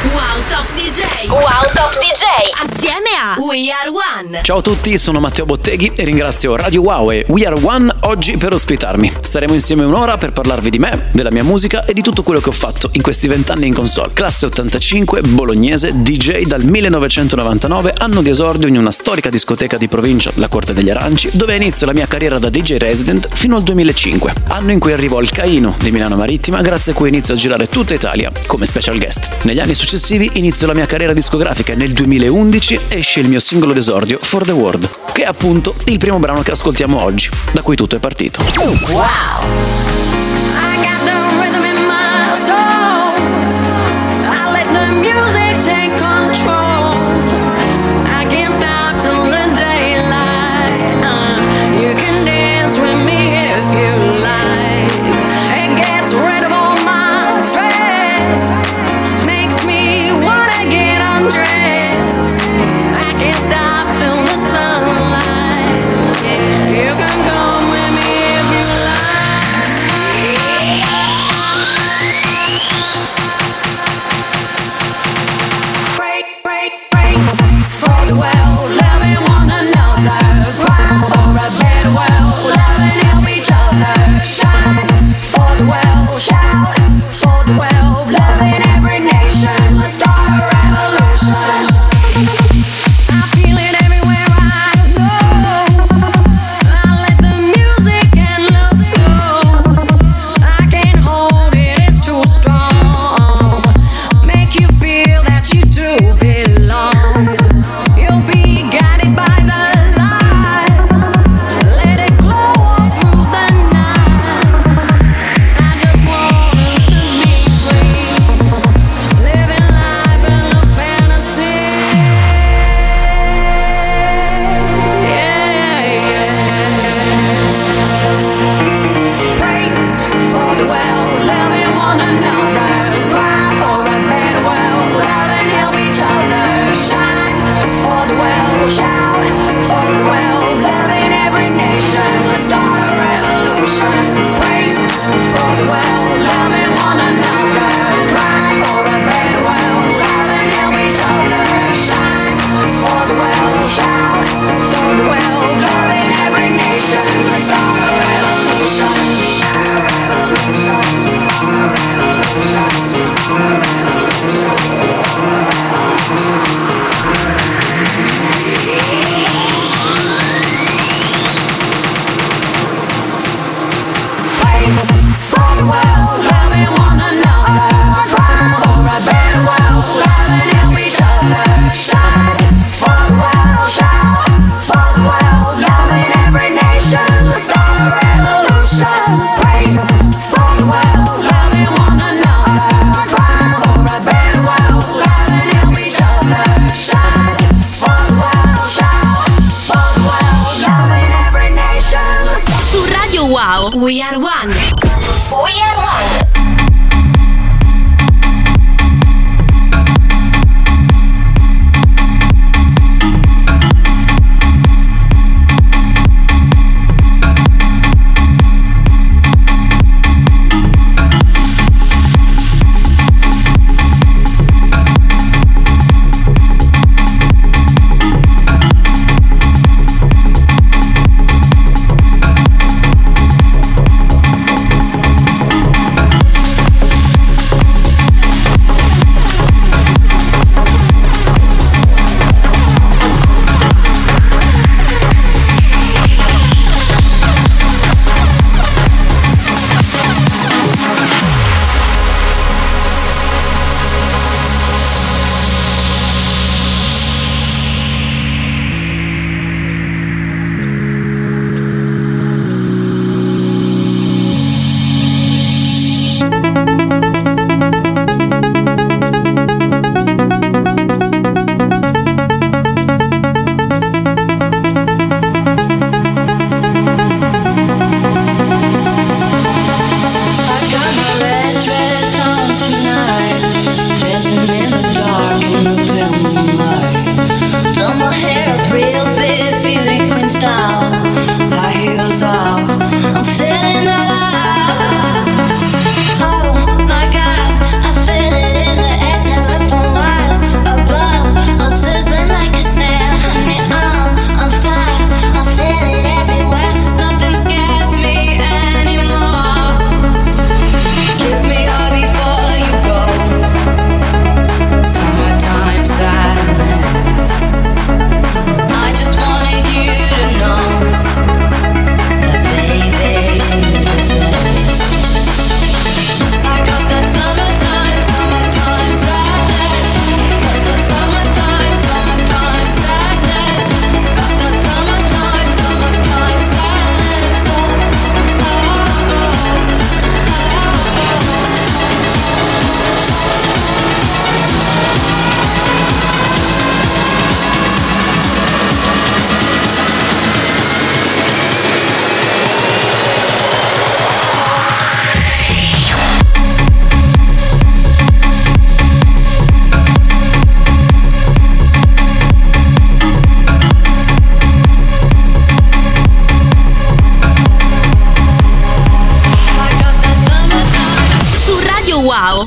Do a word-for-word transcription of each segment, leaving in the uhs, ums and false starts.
Wow Top D J. Wow Top D J. Assieme a We Are One. Ciao a tutti, sono Matteo Botteghi e ringrazio Radio Wow e We Are One oggi per ospitarmi. Staremo insieme un'ora per parlarvi di me, della mia musica e di tutto quello che ho fatto in questi vent'anni in console. Classe ottantacinque, bolognese, D J dal millenovecentonovantanove, anno di esordio in una storica discoteca di provincia, la Corte degli Aranci, dove inizio la mia carriera da D J resident fino al duemilacinque, anno in cui arrivo al Caino di Milano Marittima, grazie a cui inizio a girare tutta Italia come special guest. Negli anni successivi inizio la mia carriera discografica e nel duemilaundici esce il mio singolo d'esordio For the World, che è appunto il primo brano che ascoltiamo oggi, da cui tutto è partito. Wow. I got the rhythm in my soul. I let the music take control. I can't stop till the daylight. Uh, you can dance with me if you like. It gets rid of all my stress. Makes me wanna get undressed. I can't stop till the sunlight. You can come with me if you like.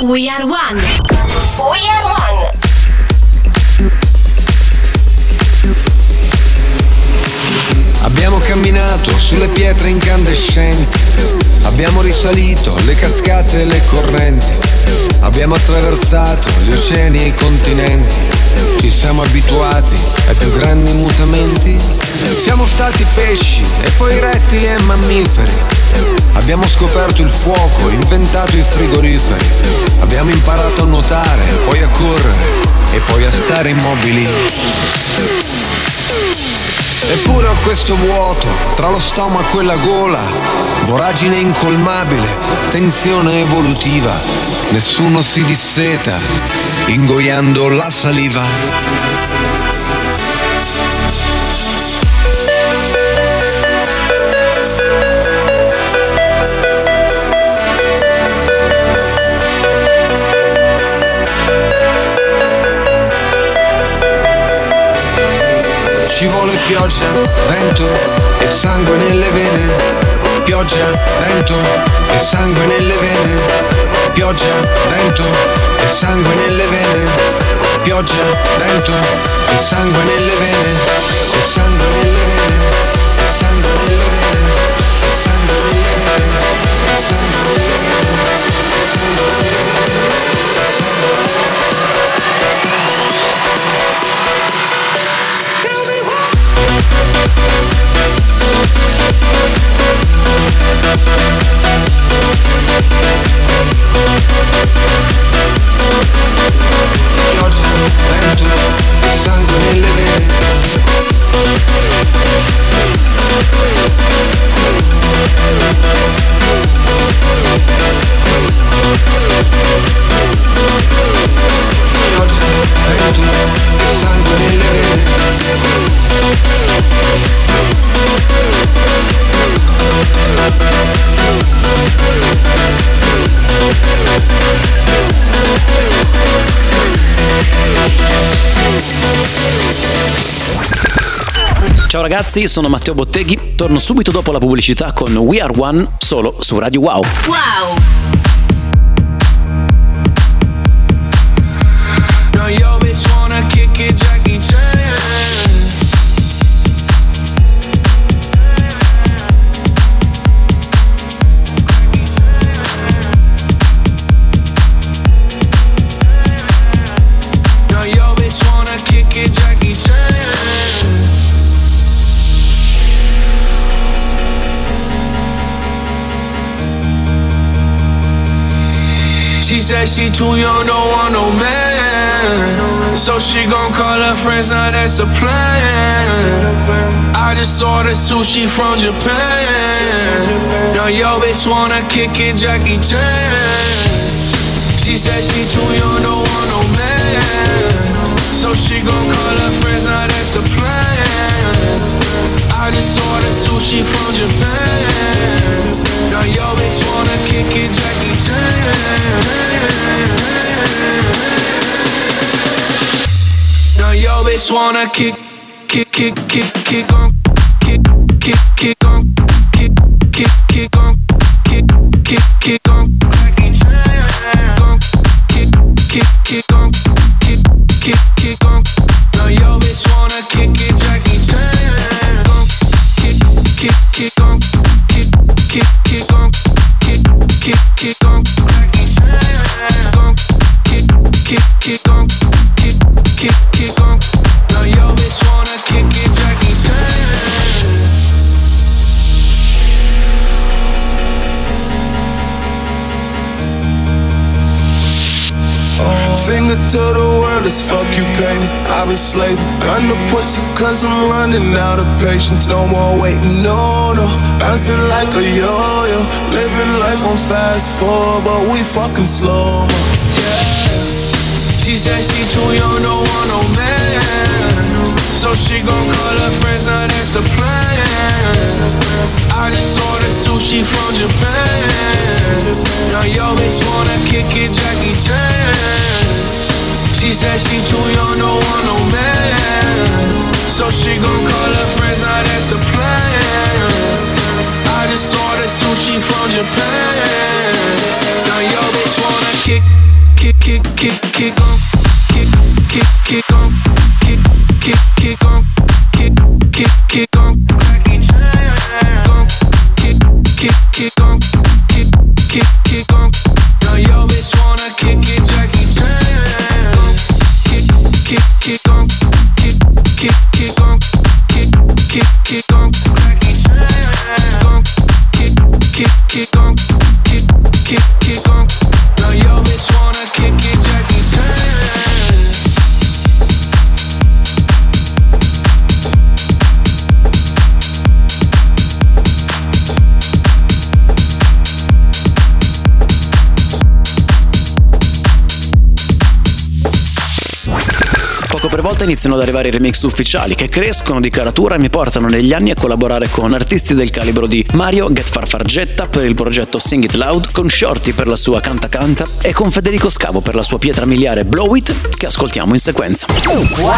We Are One. We Are One. Abbiamo camminato sulle pietre incandescenti, abbiamo risalito le cascate e le correnti, abbiamo attraversato gli oceani e i continenti, ci siamo abituati ai più grandi mutamenti. Siamo stati pesci e poi rettili e mammiferi, abbiamo scoperto il fuoco, inventato i frigoriferi, abbiamo imparato a nuotare, poi a correre e poi a stare immobili. Eppure ho questo vuoto tra lo stomaco e la gola, voragine incolmabile, tensione evolutiva, nessuno si disseta, ingoiando la saliva. Ci vuole pioggia, vento e sangue nelle vene. Pioggia, vento e sangue nelle vene. Pioggia, vento e sangue nelle vene. Pioggia, vento e sangue nelle vene. E sangue nelle vene. E sangue nelle vene. E sangue nelle vene. E sangue nelle vene. E sangue nelle vene. Pioggia, vento e sangue nelle vene. Pioggia, vento e sangue nelle vene. Ciao ragazzi, sono Matteo Botteghi, torno subito dopo la pubblicità con We Are One solo su Radio Wow. Wow. Now yo bitch wanna kick it, Jackie Chan. Now yo bitch wanna kick it, Jackie Chan. She said she too young, don't want no man, so she gon' call her friends, now that's a plan. I just ordered sushi from Japan. Now yo bitch wanna kick it, Jackie Chan. She said she too young, don't want no man, so she gon' call her friends, now that's a plan. I just ordered sushi from Japan. Now yo bitch wanna kick it, Jackie Chan. Now yo bitch wanna kick, kick, kick, kick, kick on, kick, kick, kick on, kick, kick, kick on, kick, kick, kick on, kick, kick, kick on, kick, kick, kick on. Now yo bitch wanna kick it, Jackie Chan. Kick, kick, kick on, kick, kick, kick on, kick, kick, kick on, Jackie Chan. Kick, kick, kick on, kick, kick, kick on. Now yo bitch wanna kick it, Jackie Chan. Finger to the world as fuck you pay. I've been slave. Run the pussy cause I'm running out of patience. No more waiting, no, no. Bouncing like a yo-yo. Living life on fast forward, but we fucking slow, yeah. She said she too young, don't want no man, so she gon' call her friends, now that's a plan. I just ordered sushi from Japan. Now yo bitch wanna kick it, Jackie Chan. She said she too young, don't want no man, so she gon' call her friends, now that's a plan. I just ordered sushi from Japan. Now yo bitch wanna kick, kick, kick, kick on, kick, kick, kick on, kick, kick, kick on, kick, kick, kick on, kick, kick, kick on, kick, kick, kick on. Now yo bitch wanna kick it, Jackie Chan. Kick, kick, kick on, kick, kick, kick on, kick, kick, kick on, Jackie Chan. Kick, kick, kick on, kick, kick, kick on. Now yo bitch wanna kick it, Jackie Chan. Poco per volta iniziano ad arrivare i remix ufficiali che crescono di caratura e mi portano negli anni a collaborare con artisti del calibro di Mario Get Farfargetta per il progetto Sing It Loud, con Shorty per la sua Canta Canta e con Federico Scavo per la sua pietra miliare Blow It, che ascoltiamo in sequenza. Wow!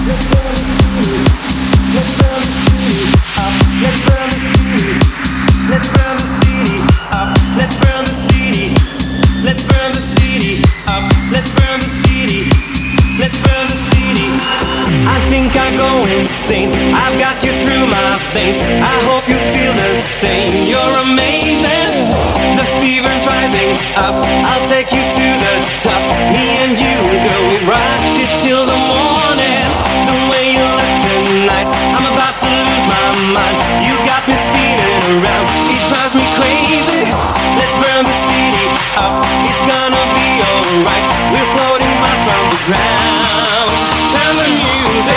I think I go insane. I've got you through my veins. I hope you feel the same. You're amazing. The fever's rising up. I'll take you to the top. Me and you, girl, we rock it till the morning. The way you look tonight, I'm about to lose my mind. You got me spinning around. It drives me crazy. Let's burn the city up. It's gonna be alright. We're floating miles from the ground. Turn the music.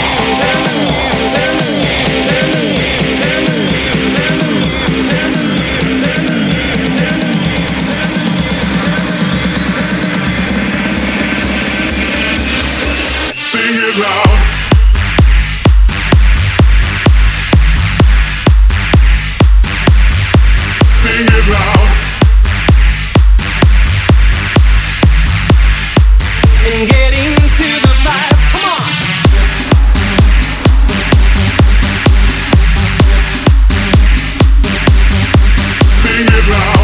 Sing it loud. Sing it loud. And get into the vibe. Come on. Sing it loud.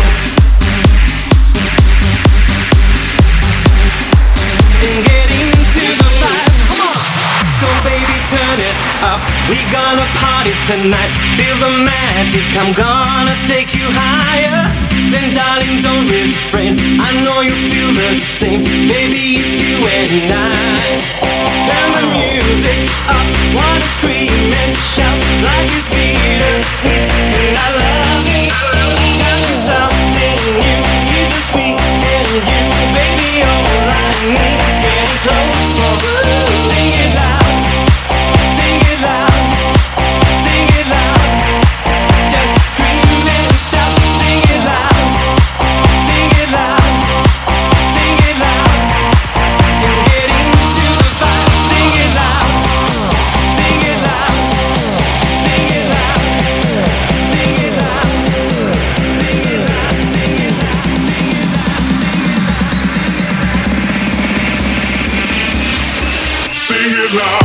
And get into the vibe. Come on. So baby, turn it up. We gonna party tonight. Feel the magic. I'm gonna take you higher. Then darling, don't refrain. I know you feel the same. Baby, it's you and I. Turn the music up. Wanna scream and shout. Life is bittersweet and I love it. Got me something new. You just me and you. Baby, all I need is getting close. Sing it loud. Sing it loud. Sing it loud. Just scream and shout. Sing it loud. Sing it loud. Sing it loud. And get into the vibe. Sing it loud. Sing it loud. Sing it loud. Sing it loud. Sing it loud. Sing it loud. Sing it loud.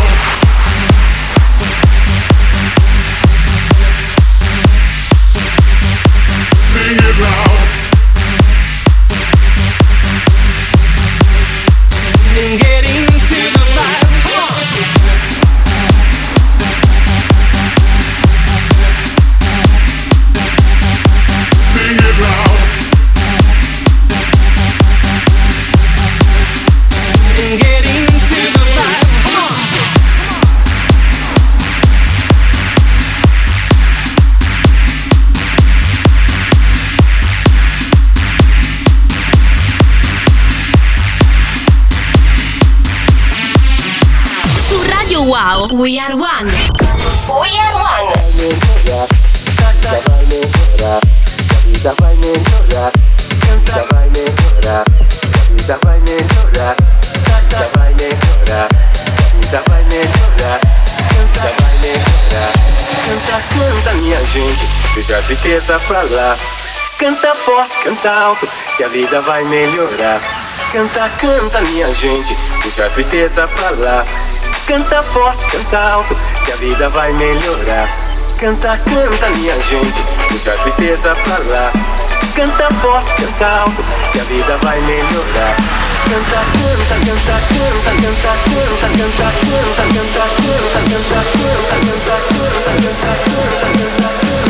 Sing it loud. And get into the vibe. Come on. Sing it loud. And get into the vibe. Come on. Su Radio Wow, We Are One. We Are One. Canta, canta, minha gente, deixa a tristeza pra lá. Canta forte, canta alto, que a vida vai melhorar. Canta, canta, minha gente, deixa a tristeza pra lá. Canta forte, canta alto, que a vida vai melhorar. Canta, canta, minha gente, deixa a tristeza pra lá. Canta forte, canta alto, que a vida vai melhorar. Canta, canta, canta, canta, canta, canta, canta, canta, canta, canta, canta, canta, canta, canta, canta,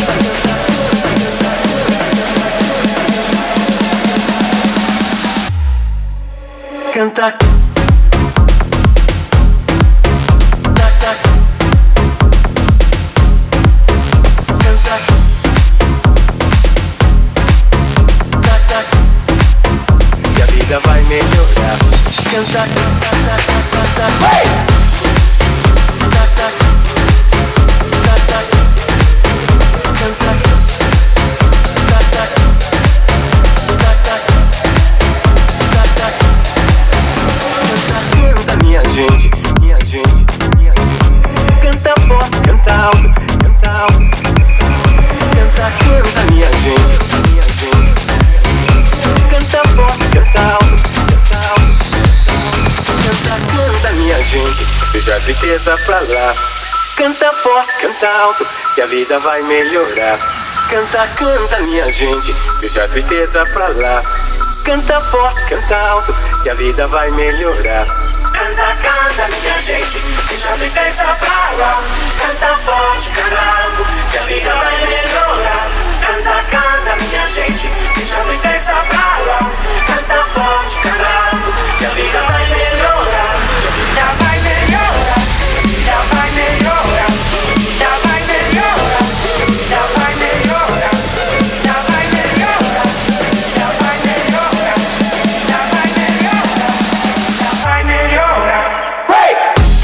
canta, canta. Vai melhorar. Canta, canta, canta, canta. Hey! Canta, canta, canta, canta, canta, canta, canta, minha gente, minha gente, minha gente. Canta forte, canta alto, canta alto. Canta, canta, minha gente, minha gente. Canta forte, canta alto, canta alto. Canta, canta, minha gente, deixa a tristeza pra lá. Canta forte, canta alto, que a vida vai melhorar. Canta, canta, minha gente, deixa a tristeza pra lá. Canta forte, canta alto, que a vida vai melhorar. Canta, canta, minha gente, deixa a tristeza pra lá. Canta forte, canta alto, que a vida vai melhorar. Canta, canta, minha gente, deixa a tristeza pra lá. Canta forte, canta alto, que a vida vai melhorar. Que a vida vai melhorar, que a vida vai melhorar. Que a vida vai melhorar, que a vida vai melhorar. Que a vida vai melhorar, que a vida vai melhorar. Que a vida vai melhorar, que a vida vai melhorar. Hey!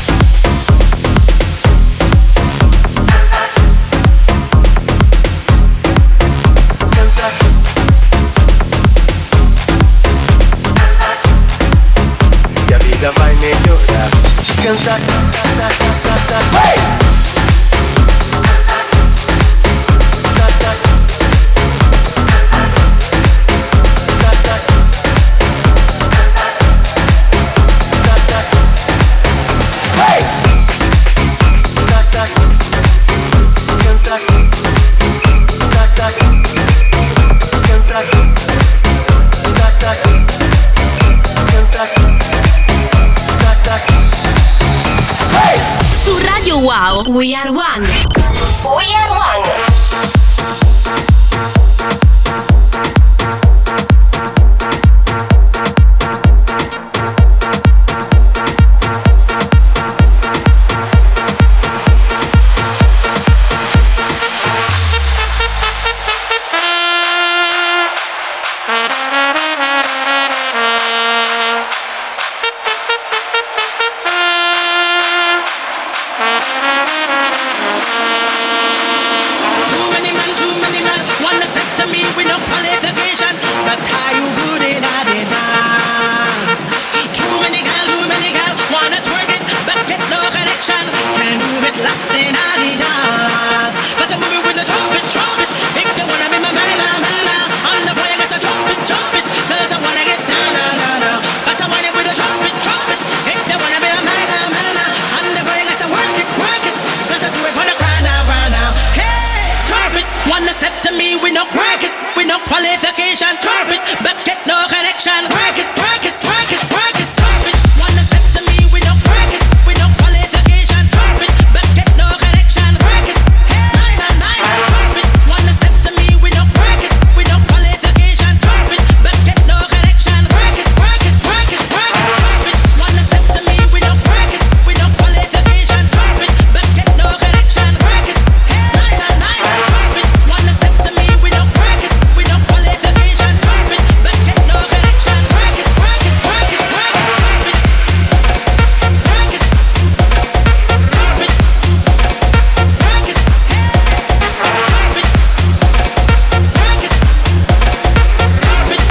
Que a vida vai melhorar. Canta, canta, canta, canta. Hey! Su Radio Wow, We Are One. We Are One. Qualification, drop it, but get no connection. Work it, work it, work it, work it, drop it. One step to me, we don't work it, we no qualification. Drop it, but get no connection. Work it, hey, nine, nine, nine. Drop it. One step to me, we don't work it, we no qualification. Drop it, but get no connection. Work it, work it, work it, work it, drop it. One step to me, we don't work it, we no qualification. Drop it, but get no connection. Work it, hey, nine, nine, nine. Drop it. One step to me, we don't work it, we no qualification. Drop it, but get no connection. Work it, work it, work it, work it, drop it. Work it, drop it, work it, hey, drop it, work it, drop it,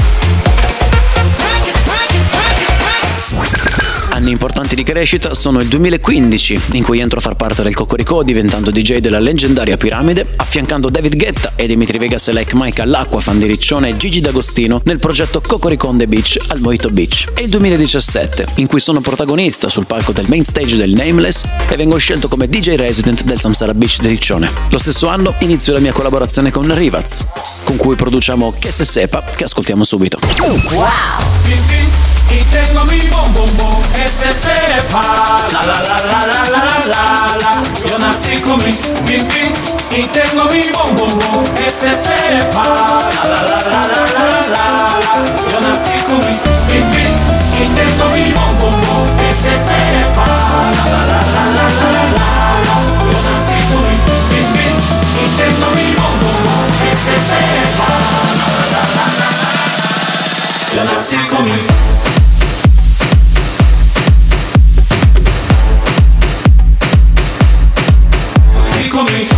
work it, work it, work it, work it. Anni importanti di crescita sono il duemilaquindici, in cui entro a far parte del Cocorico diventando D J della leggendaria Piramide, affiancando David Guetta e Dimitri Vegas e Like Mike all'acqua, Fan di Riccione e Gigi D'Agostino nel progetto Cocorico on the Beach al Mojito Beach. E il duemiladiciassette, in cui sono protagonista sul palco del main stage del Nameless e vengo scelto come D J resident del Samsara Beach di Riccione. Lo stesso anno inizio la mia collaborazione con Rivaz, con cui produciamo Che se sepa, che ascoltiamo subito. Wow! y tengo mi bom bom bom, que se sepa. La la la la la la la la. Yo nací con mi bim bim y tengo mi bom bom bom, que se sepa. La la la la la la la. Yo nací con mi bim bim y tengo mi bom bom bom, que se sepa. La la la la la la la. Yo nací con mi bim bim y tengo mi bom bom bom, que se sepa. La la la la la la. Yo nací con mi con me.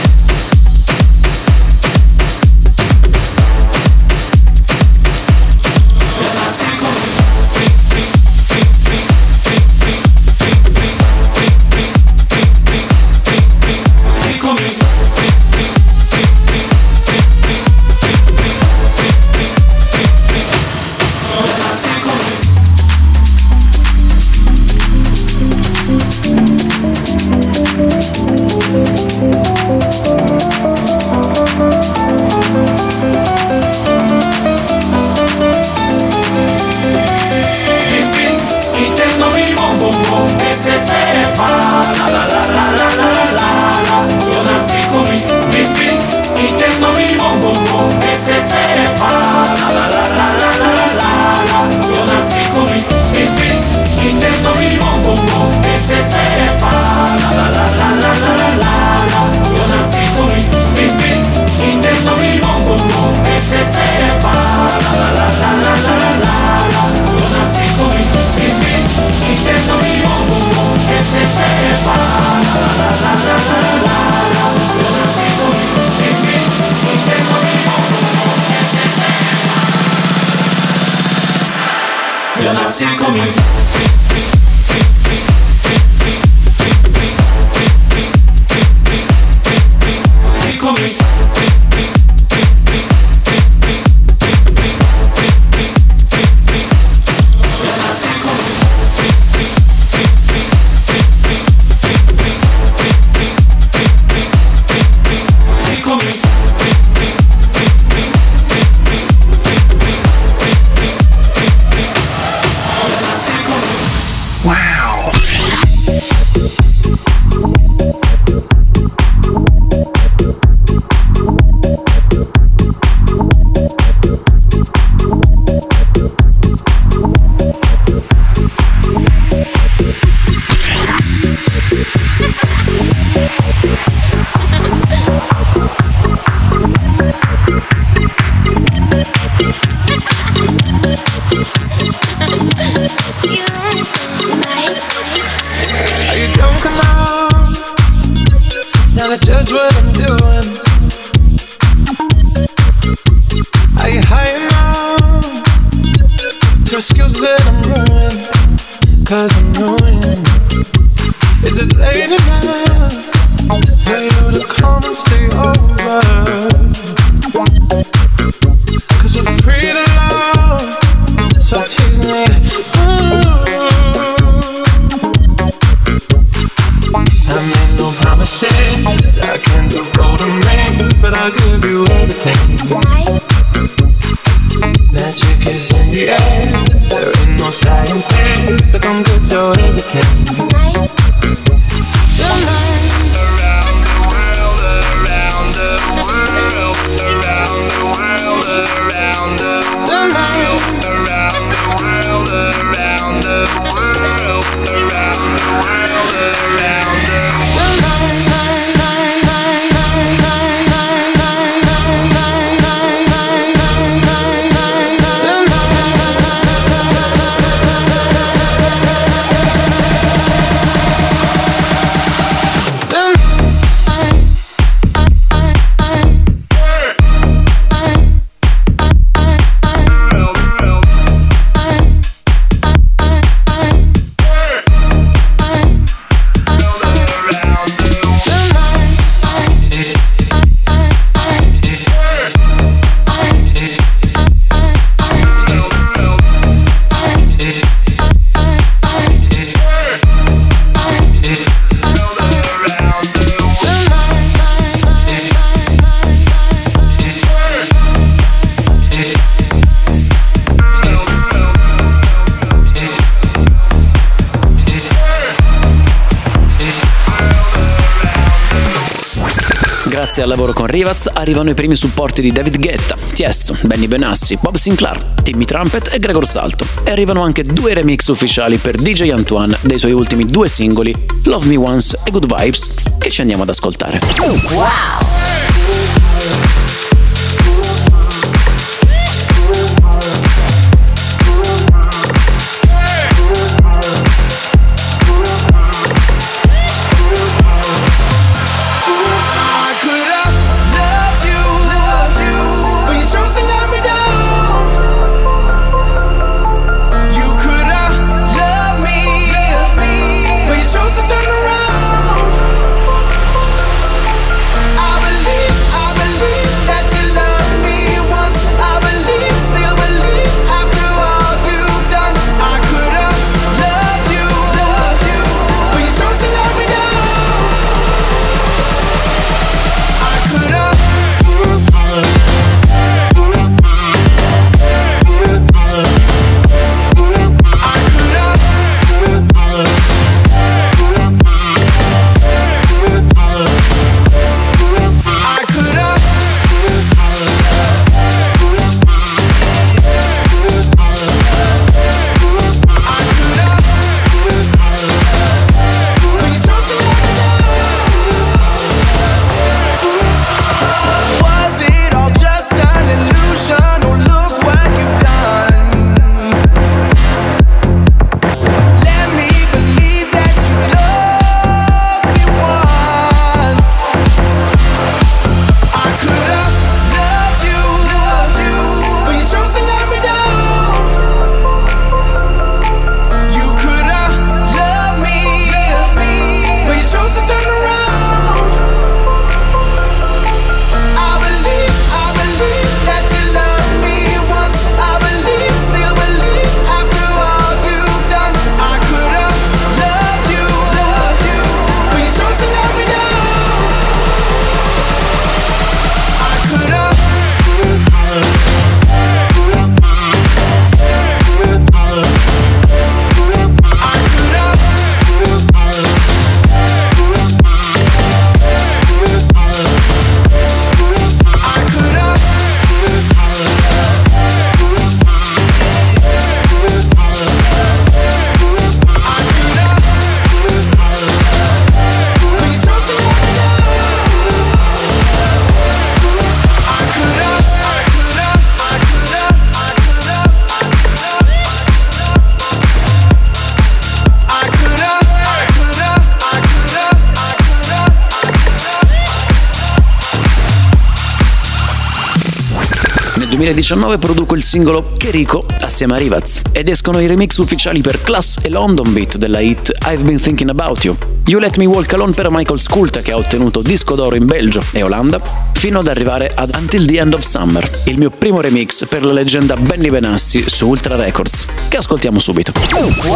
Yo nací con mi Grazie al lavoro con Rivaz arrivano i primi supporti di David Guetta, Tiesto, Benny Benassi, Bob Sinclair, Timmy Trumpet e Gregor Salto. E arrivano anche due remix ufficiali per D J Antoine dei suoi ultimi due singoli, Love Me Once e Good Vibes, che ci andiamo ad ascoltare. Wow! duemiladiciannove produco il singolo Cherico assieme a Rivaz ed escono i remix ufficiali per Class e London Beat della hit I've Been Thinking About You, You Let Me Walk Alone per Michael Skulta che ha ottenuto disco d'oro in Belgio e Olanda, fino ad arrivare ad Until the End of Summer, il mio primo remix per la leggenda Benny Benassi su Ultra Records, che ascoltiamo subito. Wow!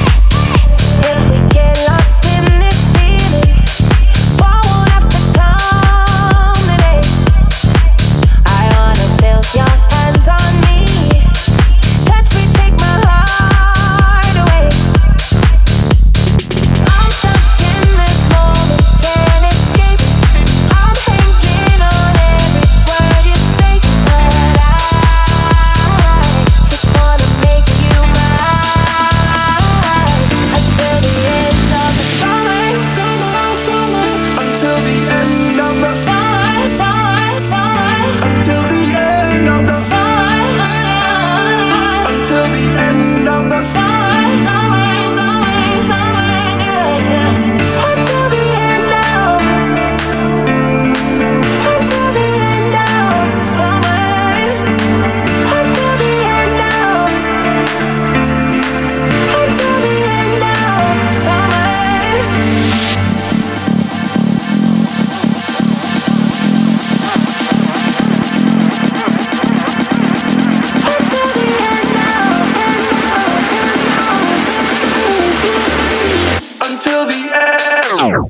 If we get lost in this feeling, why won't have to come? until the end.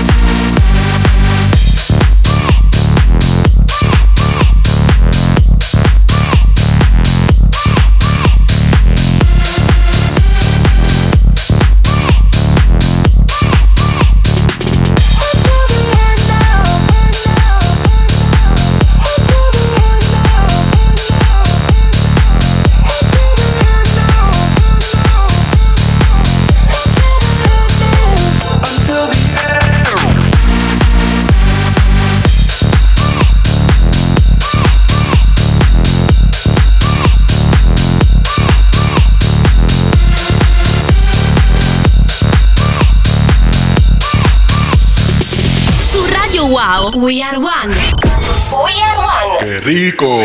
Wow, We Are One. We Are One. ¡Qué rico!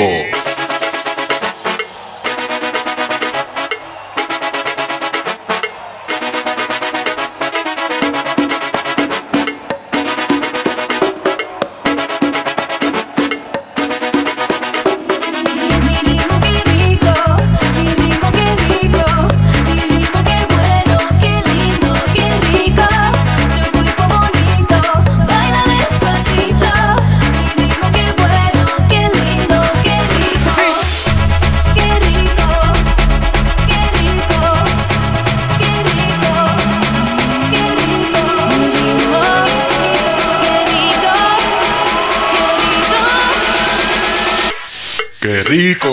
¡Qué rico!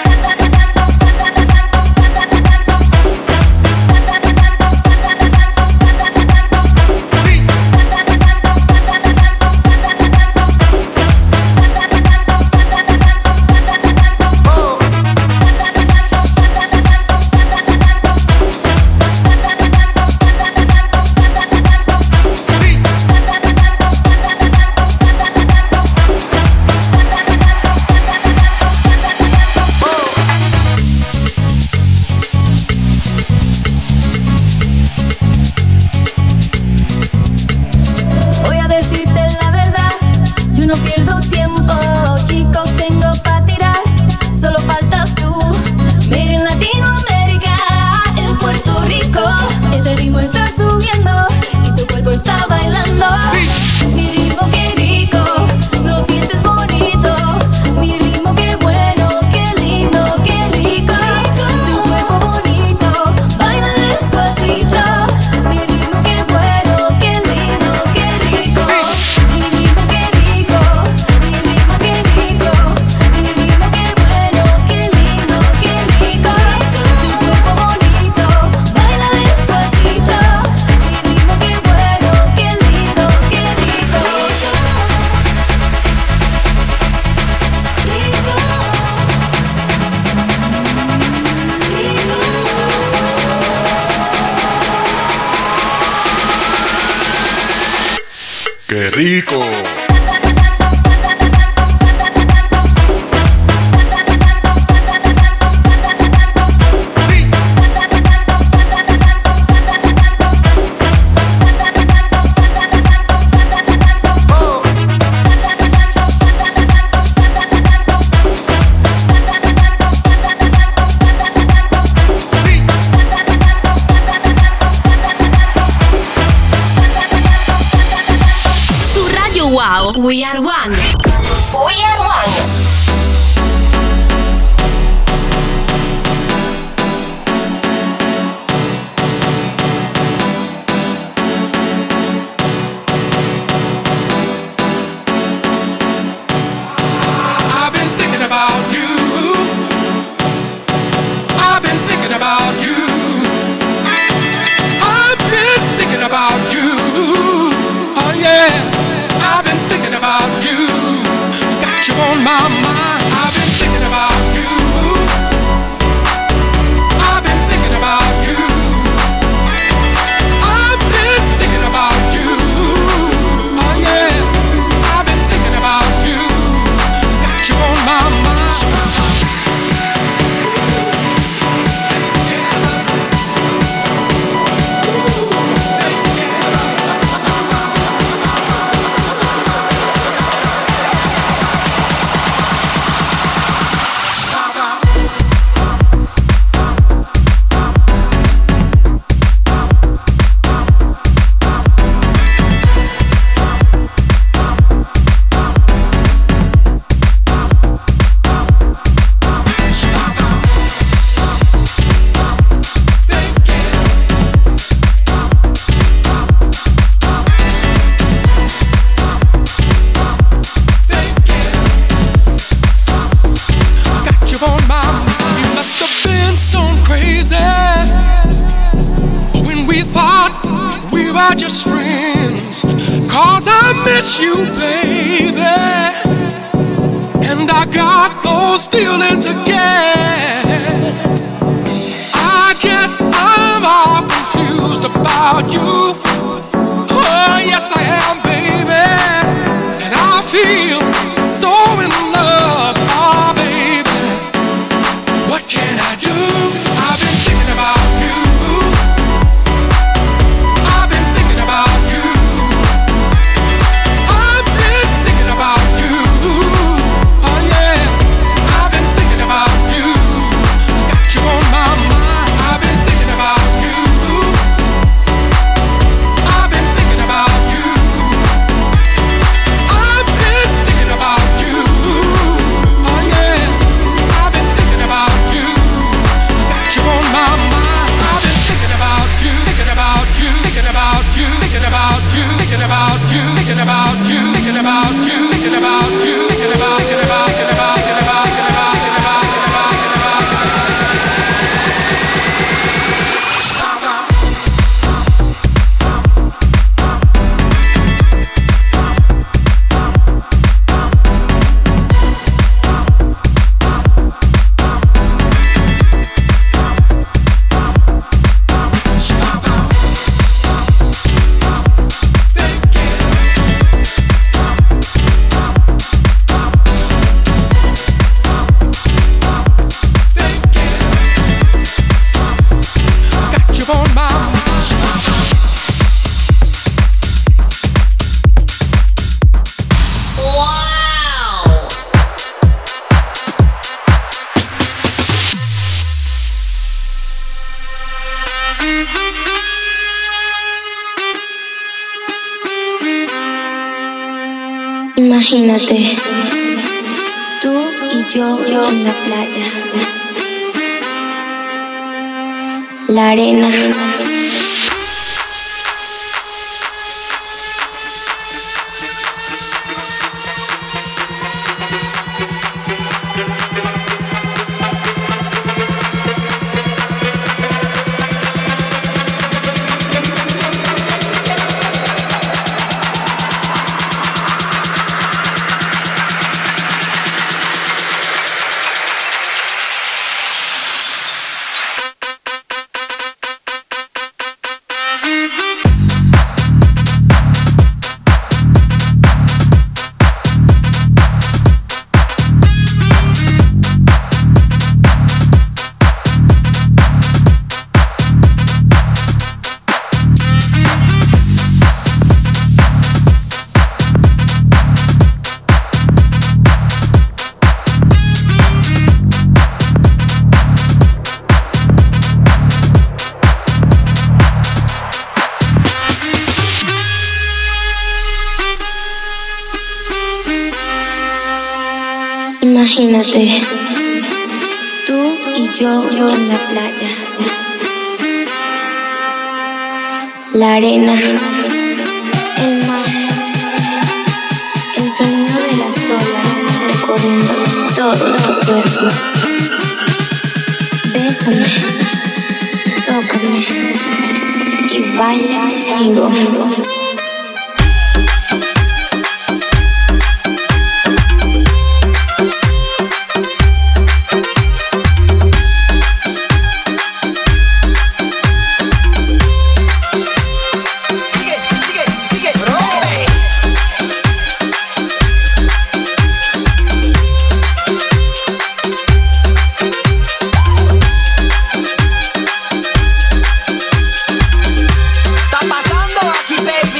¡Qué rico! Wow, We Are One. We Are One. I've been thinking about you. I've been thinking about you. I've been thinking about you. Oh yeah. I've been thinking about you. we were just friends. Cause I miss you, baby, and I got those feelings again. I guess I'm all confused about you. Oh, yes I am, baby, and I feel so in love, oh baby. What can I do? I've been thinking about you. I've been thinking about you. I've been thinking about you. Oh yeah, I've been thinking about you. Got you on my mind. I've been thinking about you. I've been thinking about you. I've been thinking about you. Oh yeah, I've been thinking about you. Got you on my mind. I've been thinking about you, thinking about you, thinking about you, thinking about you, thinking about you, thinking about you, thinking about you, thinking about you, thinking about, thinking about, thinking about, thinking about, thinking about, thinking about, thinking about, thinking about, Imagínate, tú y yo, yo en la playa, la arena, imagínate, tú y yo, yo en la playa, la arena, el mar, el sonido de las olas recorriendo todo tu cuerpo. Bésame, tócame y baila conmigo. Está pasando aquí, baby.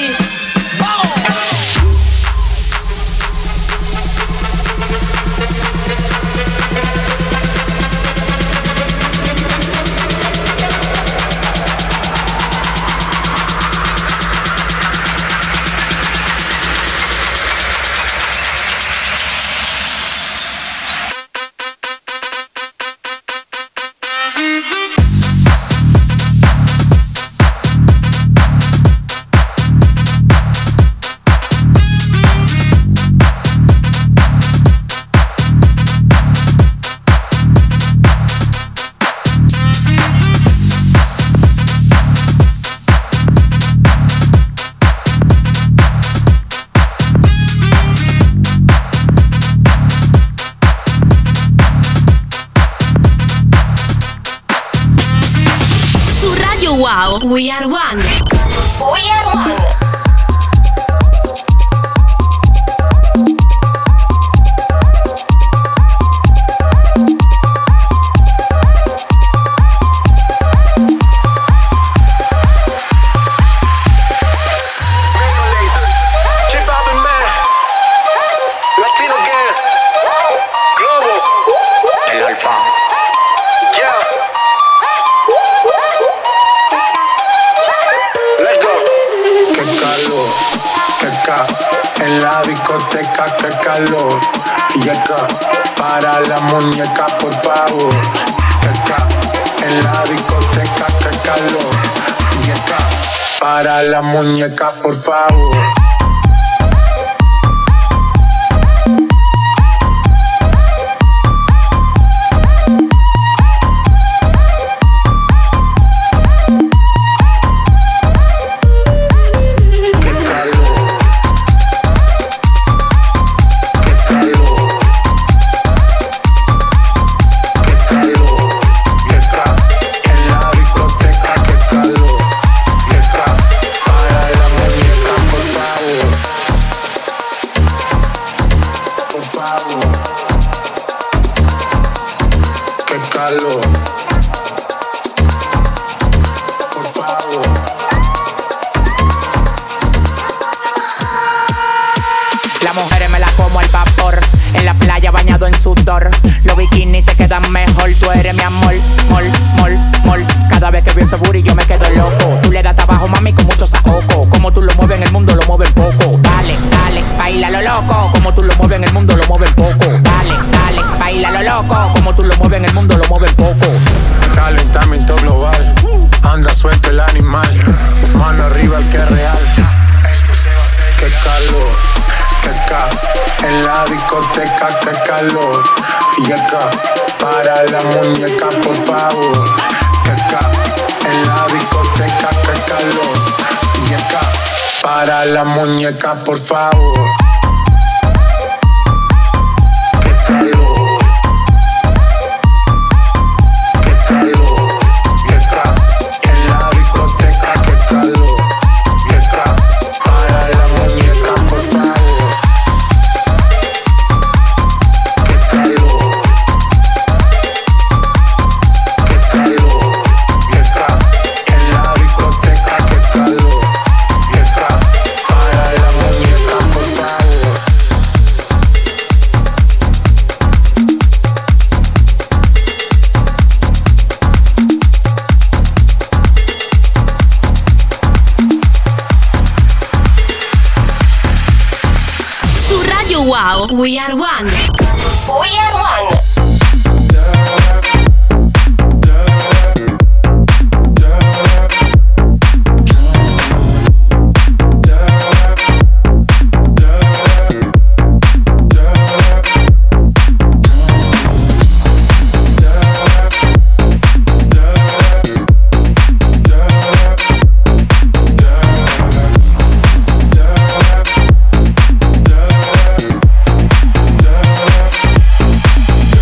Wow, We Are One. We Are One. En la discoteca, qué calor. Y acá, para la muñeca, por favor. Acá, en la discoteca, qué calor. Y acá, para la muñeca, por favor. Las mujeres me las como al vapor. En la playa bañado en sudor. Los bikinis te quedan mejor. Tú eres mi amor, mol, mol, mol. Cada vez que veo ese booty yo me quedo loco. Tú le das trabajo, mami, con mucho saoco. Como tú lo mueves en el mundo, lo mueven poco. Dale, dale, baila lo loco. Como tú lo mueves en el mundo, lo mueven poco. Dale, dale, baila lo loco. Como tú lo mueves en el mundo, lo mueven poco. Calentamiento global. Anda suelto el animal. Mano arriba el que es real. Qué calor. Que acá, en la discoteca, qué calor. Y acá, para la muñeca, por favor. Que acá, en la discoteca, qué calor. Y acá, para la muñeca, por favor. Qué calor. Qué calor. Y acá, en la discoteca, qué calor. Y acá, para la muñeca, por favor. Wow, We Are One. We Are One. Yeah.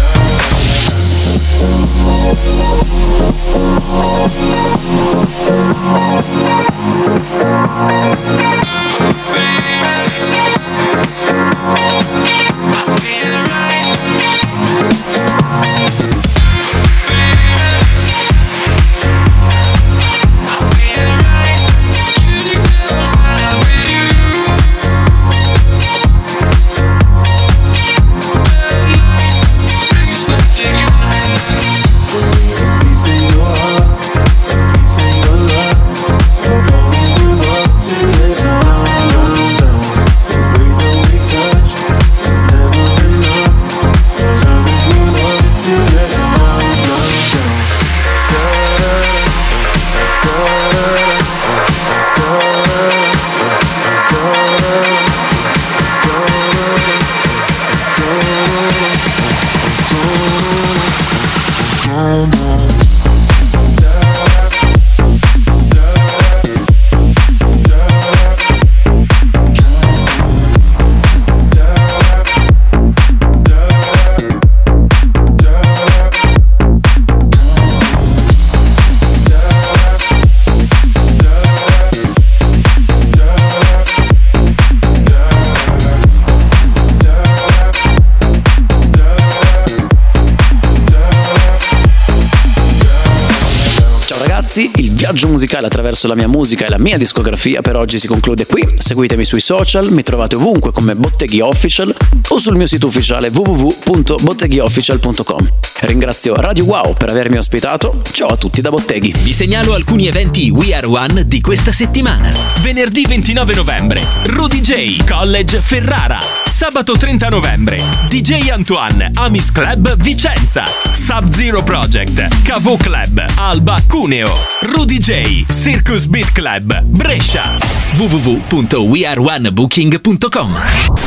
ragazzi, il viaggio musicale attraverso la mia musica e la mia discografia per oggi si conclude qui. Seguitemi sui social, mi trovate ovunque come Botteghi Official o sul mio sito ufficiale w w w punto botteghi official punto com. Ringrazio Radio Wow per avermi ospitato. Ciao a tutti da Botteghi. Vi segnalo alcuni eventi We Are One di questa settimana. Venerdì ventinove novembre, Rudy J, College Ferrara. Sabato trenta novembre, D J Antoine, Amis Club Vicenza. Sub-Zero Project, Cavo Club, Alba Cuneo. Rudy J, Circus Beat Club, Brescia. w w w punto we are one booking punto com.